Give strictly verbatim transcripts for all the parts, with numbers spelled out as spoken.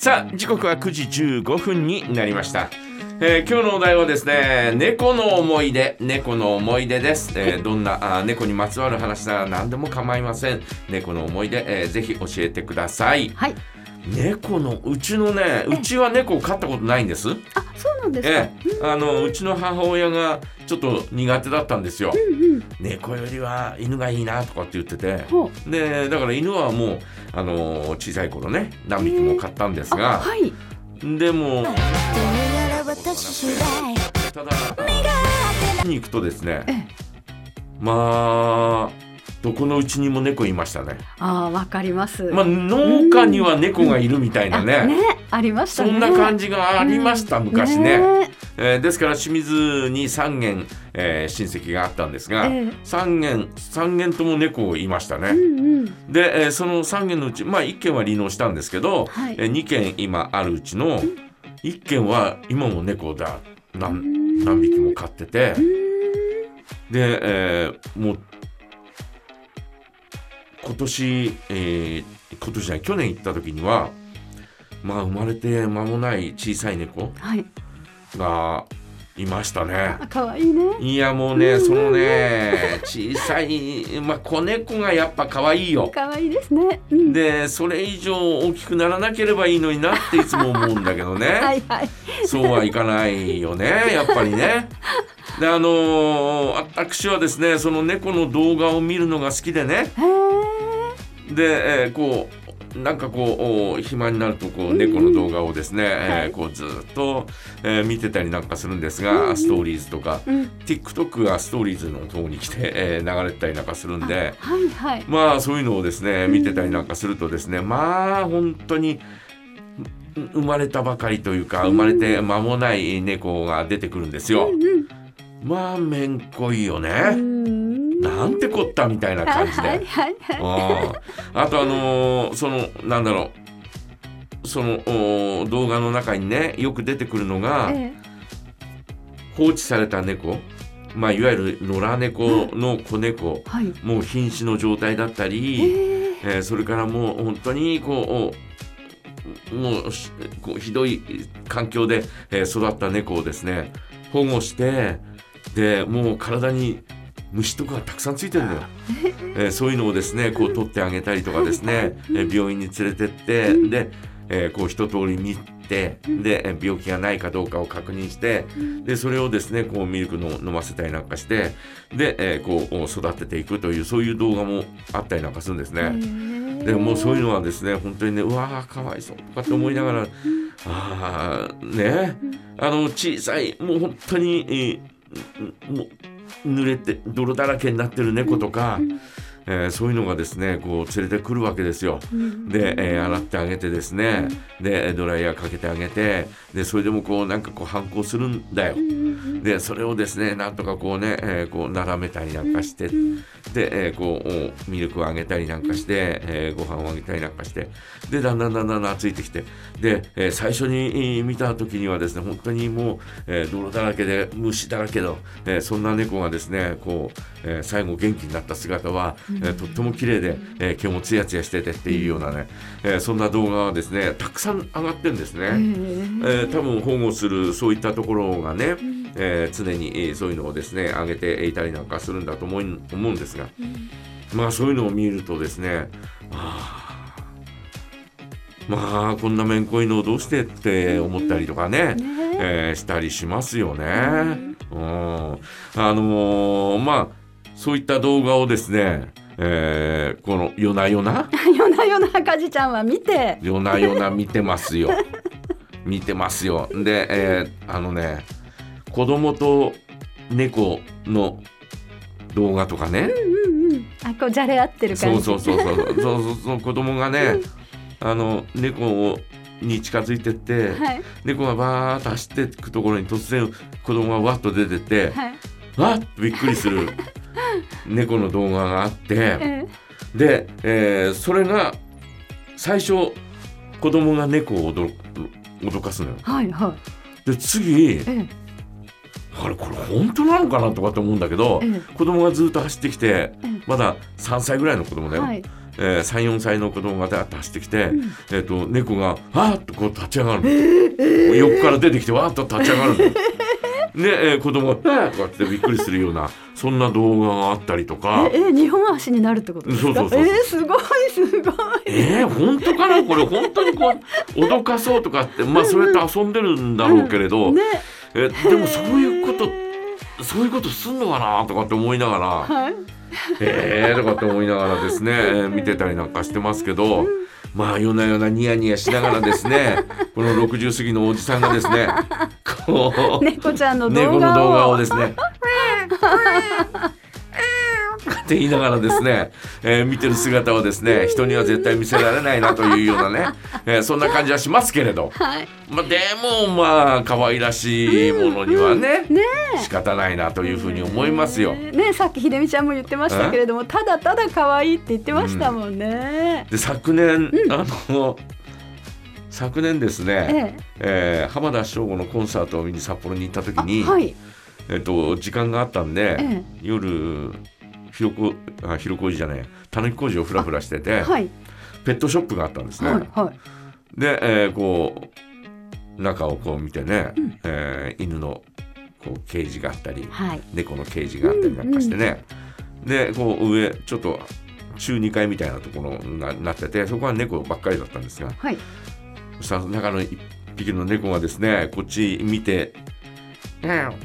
さあ時刻はくじじゅうごふんになりました。えー、今日のお題はですね、猫の思い出猫の思い出です、えー、どんなあ猫にまつわる話なら何でも構いません。猫の思い出、えー、ぜひ教えてください。 はい。 猫のうちのねうちは猫を飼ったことないんです。 あ、そうなんですか。 えー、あのうちの母親がちょっと苦手だったんですよ、 うんうん、 猫よりは犬がいいなとかって言ってて、 でだから犬はもう、あのー、小さい頃ね何匹も飼ったんですが、 はい、 でもただに行くとですね、まあどこのうちにも猫いましたね。 ああ、わかります。 まあ、農家には猫がいるみたいなね、 うんうん、あ, ねありましたね。 そんな感じがありました、うん、昔ね、 ねえー、ですから清水にさん軒、えー、親戚があったんですが、えー、さん軒さん軒とも猫いましたね、うんうん、で、えー、そのさん軒のうち、まあ、いっ軒は離農したんですけど、はい、えー、に軒今あるうちのいっ軒は今も猫だ 何, 何匹も飼ってて、で、えー、もう今年、えー、今年じゃない去年行った時には、まあ、生まれて間もない小さい猫がいましたね、はい、 かわいいね。 いやもうねそのね小さい、まあ、子猫がやっぱかわいいよ。 かわいいですね、うん、でそれ以上大きくならなければいいのになっていつも思うんだけどねはい、はい、そうはいかないよねやっぱりね。であのー、私はですねその猫の動画を見るのが好きでね、で、えー、こうなんかこう暇になるとこう猫の動画をですね、うんえー、こうずっと、えー、見てたりなんかするんですが、うん、ストーリーズとか、うん、TikTok がストーリーズの方に来て、えー、流れてたりなんかするんで、 はいはい、 まあそういうのをですね見てたりなんかするとですね、まあ本当に生まれたばかりというか生まれて間もない猫が出てくるんですよ、うんうん、まあめんこいよね、なんてこったみたいな感じで、はいはいはい、あとあのー、そのなんだろうその動画の中にねよく出てくるのが、ええ、放置された猫、まあ、いわゆる野良猫の子猫、はい、もう瀕死の状態だったり、えーえー、それからもう本当にこうもうこうひどい環境で育った猫をですね保護してでもう体に虫とかがたくさんついてるんだよ、えー、そういうのをですねこう取ってあげたりとかですね、えー、病院に連れてってで、えー、こう一通り見てで病気がないかどうかを確認してでそれをですねこうミルクの飲ませたりなんかしてで、えー、こう育てていくというそういう動画もあったりなんかするんですね。でもうそういうのはですね本当にねうわーかわいそうとかって思いながらあーねあの小さいもう本当に、えー、もう濡れて泥だらけになってる猫とか、うんえー、そういうのがですねこう連れてくるわけですよ、うん、で、えー、洗ってあげてですね、うん、でドライヤーかけてあげてでそれでもこうなんかこう反抗するんだよ、うん、でそれをですねなんとかこうね、えー、こう並めたりなんかして、うん、で、えー、こうミルクをあげたりなんかして、えー、ご飯をあげたりなんかしてでだんだんだんだん懐いてきてで、えー、最初に見た時にはですね本当にもう、えー、泥だらけで虫だらけの、えー、そんな猫がですねこう、えー、最後元気になった姿は、うんえー、とっても綺麗で、えー、毛もツヤツヤしててっていうようなね、えー、そんな動画はですねたくさん上がってるんですね、えー、多分保護するそういったところがね、えー、常に、えー、そういうのをですね上げていたりなんかするんだと思う、思うんですが、まあそういうのを見るとですねあまあこんなめんこいのをどうしてって思ったりとかね、えー、したりしますよね、うん、あのー、まあそういった動画をですねえー、この夜な夜な夜な夜なかじちゃんは見て夜な夜な見てますよ見てますよで、えー、あのね子供と猫の動画とかね、 うんうんうん、あこうじゃれ合ってる感じそうそうそうそうそうそうそう子供がね、うん、あの猫をに近づいてって、はい、猫がバーッと走っていくところに突然子供がわっと出てって、はい、わっとびっくりする猫の動画があって、ええ、で、えー、それが最初子供が猫を 脅, 脅かすのよ、 はいはい、 で次、ええ、あれこれ本当なのかなとかって思うんだけど、ええ、子供がずっと走ってきて、ええ、まださんさいぐらいの子供だよ、はい、 えー、さん、よんさいの子供が走ってきて、 うんえー、と猫がわーっとこう立ち上がるの、 えーえー横から出てきてわーっと立ち上がるので、えー、子供が「えー!」とかってびっくりするようなそんな動画があったりとか。 ええ二本足になるってことですか？ そうそうそうそうえー、すごいすごい。 えー、本当かなこれ本当にこう脅かそうとかってまあそうやって遊んでるんだろうけれど、 ね、 えでもそういうことそういうことすんのかなとかって思いながら、 はい、 えーとかって思いながらですね、えー見てたりなんかしてますけど、まあ夜な夜なニヤニヤしながらですねこのろくじゅう過ぎのおじさんがですねこう猫ちゃんの動画を猫の動画をですねって言いながらですね、えー見てる姿をですね人には絶対見せられないなというようなね、えーそんな感じはしますけれど、 はいまあ、でもまあ可愛らしいものにはね、 ね仕方ないなというふうに思いますよ。 ねねさっきひでみちゃんも言ってましたけれども、ただただ可愛いって言ってましたもんね。 で昨年、 うんあの昨年ですね、 ええー浜田省吾のコンサートを見に札幌に行った時えに、 あはいえっと、時間があったんで、 え夜広小あ広小路じゃないたぬき工事をフラフラしてて、 えはいペットショップがあったんですね。 はいはいで、えーこう中をこう見てね、 うんえー犬のこうケージがあったりはい猫のケージがあったりなんかしてね、でこう上ちょっと中にかいみたいなところにななっててそこは猫ばっかりだったんですが、 はいそしたら中の一匹の猫がですねこっち見て「うんうんうんうん」って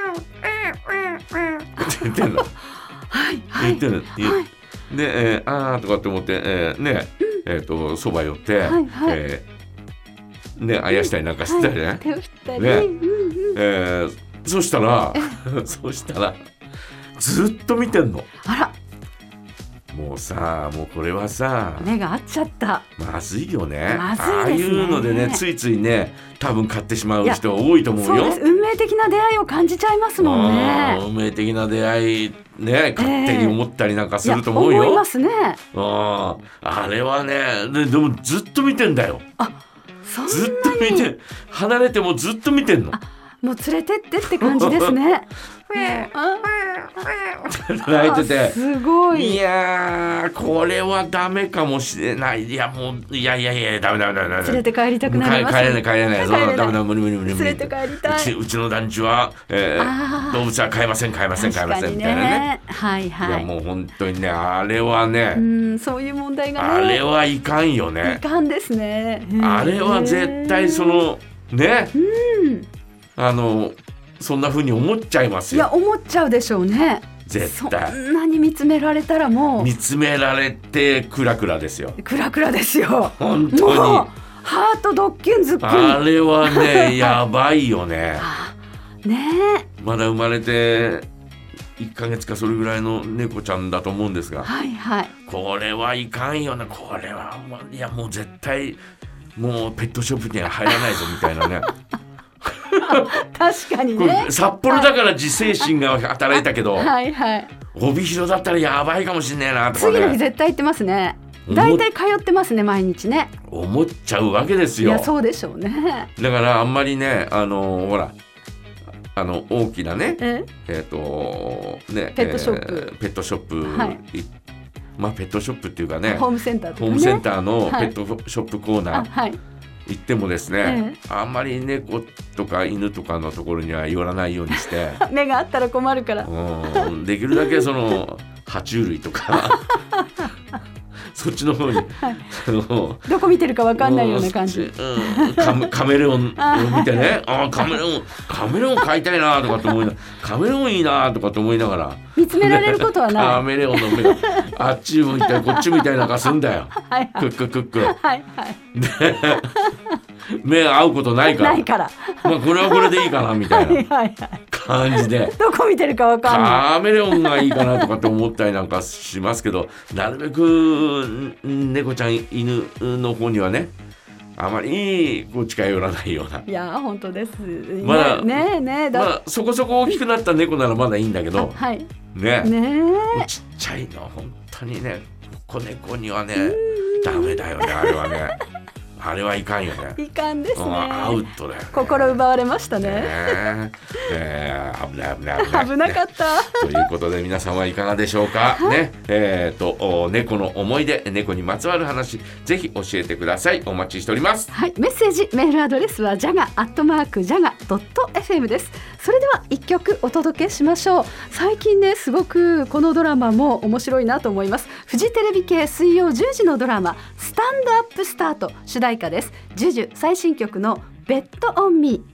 言ってんの。 はいはい言ってる、言うはいで、えー、あーとかって思って、えー、ねえー、とそば寄って、 はいはいえーねあやしたりなんかしてたりね、 はい手を振ったり、 ねうんうんえーそしたらそしたらずっと見てんの。 あもうさもうこれはさら目が合っちゃった。 まずいよね。 まずいですねああいうのでねついついね多分買ってしまう人多いと思うよ。 そうです運命的な出会いを感じちゃいますもんあね。 ー運命的な出会いね勝手に思ったりなんかすると思うよ。 いや思いますね。 あああれはねででもずっと見てんだよ。 そんなにずっと見て離れてもずっと見てんの。 もう連れてってって感じですね。あ泣いててすごい。 いやーこれはダメかもしれない。いやもういやいやいやダメダメダメダメ連れて帰りたくなります。 帰れない帰れないそん帰れないなダメダメ無理無理無理無理連れて帰りたい。 うちうちの団地は、えあーー、動物は飼えません飼えません飼えませんみ確かにたいなね。 ね。はいいはい。 やもう本当にねあれはね、 うんそういう問題がね。 あれはいかんよいね。 かんですね。 あれは絶対そのねうんあのそんな風に思っちゃいますよ。 いや思っちゃうでしょうね。 絶対そんなに見つめられたらも見つめられてクラクラですよ。 うクラクラですよ。 本当にもうハートドッキュンズッキュン。 あれはねやばいよね。 ねまだ生まれていっかげつかそれぐらいの猫ちゃんだと思うんですえが、 はいはい。 これはいかんよね。これはもういやもう絶対もうペットショップには入らないぞみたいなね確かにこねれ。札幌だから自制心が働いたけど、 はいはい。 帯広だったらやばいかもしんねえなとか次の日ね絶対行ってますね。 思っだいたい通ってますね毎日ね。 思っちゃうわけですよ。 いやそうでしょうね。 だからあんまりねあのほらあの大きなねええっ、とねペットショップえーペットショップ、 はいいまあペットショップっていうかねホームセンターとかね。 ホームセンターのペはいットショップコーナーあはい。 行ってもですね、あんまり猫とか犬とかのところには寄らないようにして目があったら困るから。 うんできるだけその爬虫類とかそっちの方に、あのどこ見てるかわかんないような感じ。 うんカメカメレオンを見てねあカメレオンカメレオン飼いたいなとかと思いなカメレオンいいなとかと思いながら見つめられることはカない。 メレオンの目があっち向いたりこっち向いたりなんかすんだよ。 はいはいクッククックはいはい。 目合うことないからないから。 まあこれはこれでいいかなみたはいいなはいはい。 感じでどこ見てるかわかんない。 カメレオンがいいかなとかって思ったりなんかしますけどなるべくん猫ちゃん犬の方にはねあまりこう近寄らないような。 いや本当です。 まだねえねえだ。 まあそこそこ大きくなった猫ならまだいいんだけどはい。 ねねもうちっちゃいの本当にね子猫にはねダメだよねあれはねあれはいかんよね。 いかんですね。 アウトだよね。 心奪われましたね。 ねえー、危ない危ない危ない。 危なかった。 ということで皆さんはいかがでしょうか。ね、えー、と猫の思い出、猫にまつわる話、ぜひ教えてください。お待ちしております。 はい、メッセージメールアドレスは ジャガ アットマーク ジャガ ドット エフエム です。それでは一曲お届けしましょう。最近ねすごくこのドラマも面白いなと思います。フジテレビ系水曜じゅうじのドラマスタンドアップスタート主題歌です。ジュジュ最新曲のベッドオンミー。